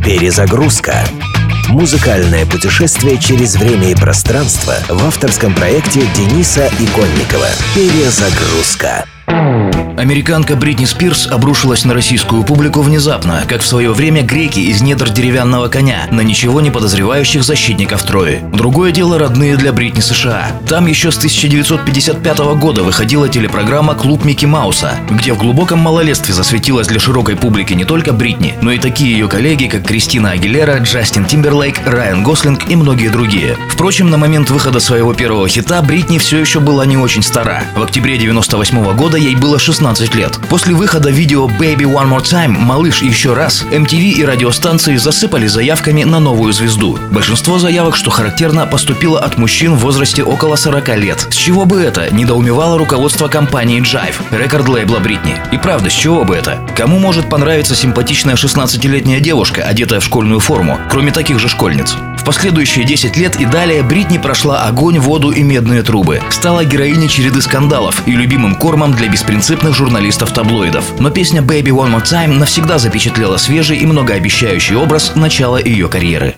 Перезагрузка. Музыкальное путешествие через время и пространство в авторском проекте Дениса Иконникова. Перезагрузка. Американка Бритни Спирс обрушилась на российскую публику внезапно, как в свое время греки из недр деревянного коня, на ничего не подозревающих защитников Трои. Другое дело родные для Бритни США. Там еще с 1955 года выходила телепрограмма «Клуб Микки Мауса», где в глубоком малолетстве засветилась для широкой публики не только Бритни, но и такие ее коллеги, как Кристина Агилера, Джастин Тимберлейк, Райан Гослинг и многие другие. Впрочем, на момент выхода своего первого хита Бритни все еще была не очень стара. В октябре 1998 года ей было 16 лет. После выхода видео «Baby One More Time» «Малыш еще раз» MTV и радиостанции засыпали заявками на новую звезду. Большинство заявок, что характерно, поступило от мужчин в возрасте около 40 лет. С чего бы это? Недоумевало руководство компании Jive, рекорд-лейбла Бритни. И правда, с чего бы это? Кому может понравиться симпатичная 16-летняя девушка, одетая в школьную форму, кроме таких же школьниц? В последующие 10 лет и далее Бритни прошла огонь, воду и медные трубы. Стала героиней череды скандалов и любимым кормом для беспринципных журналистов-таблоидов. Но песня «Baby One More Time» навсегда запечатлела свежий и многообещающий образ начала ее карьеры.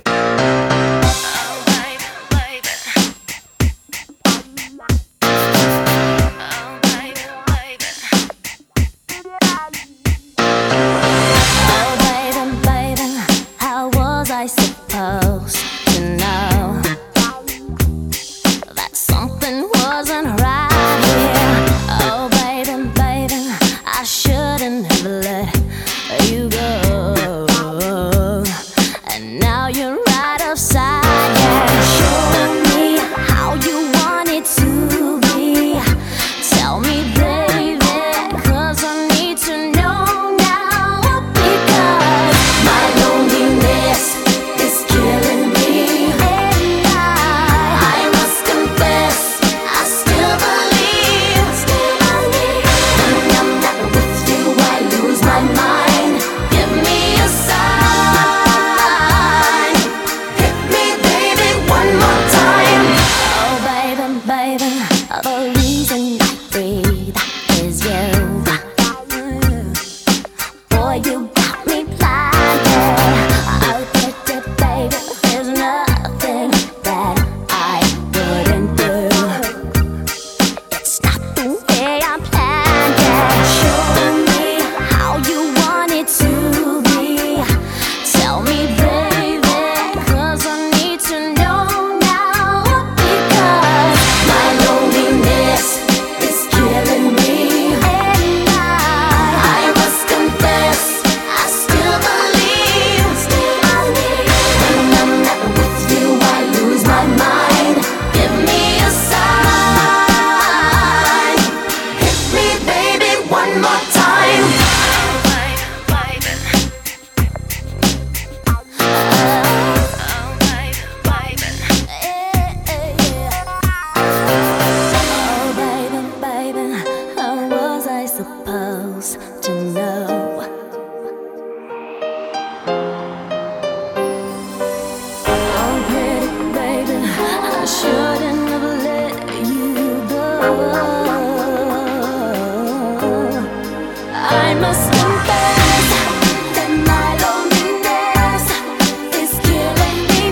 I must confess that my loneliness is killing me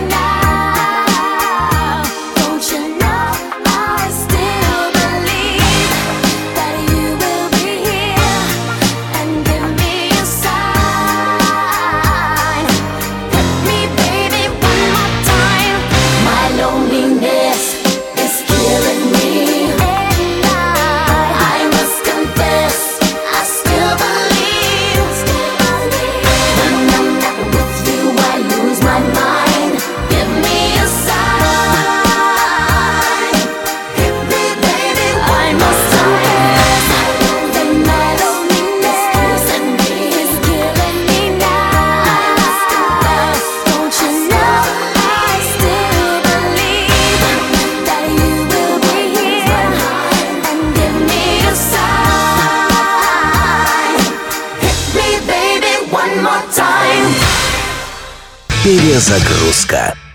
now. Don't you know I still believe that you will be here and give me a sign. Hit me, baby, one more time. My loneliness is killing me. Перезагрузка.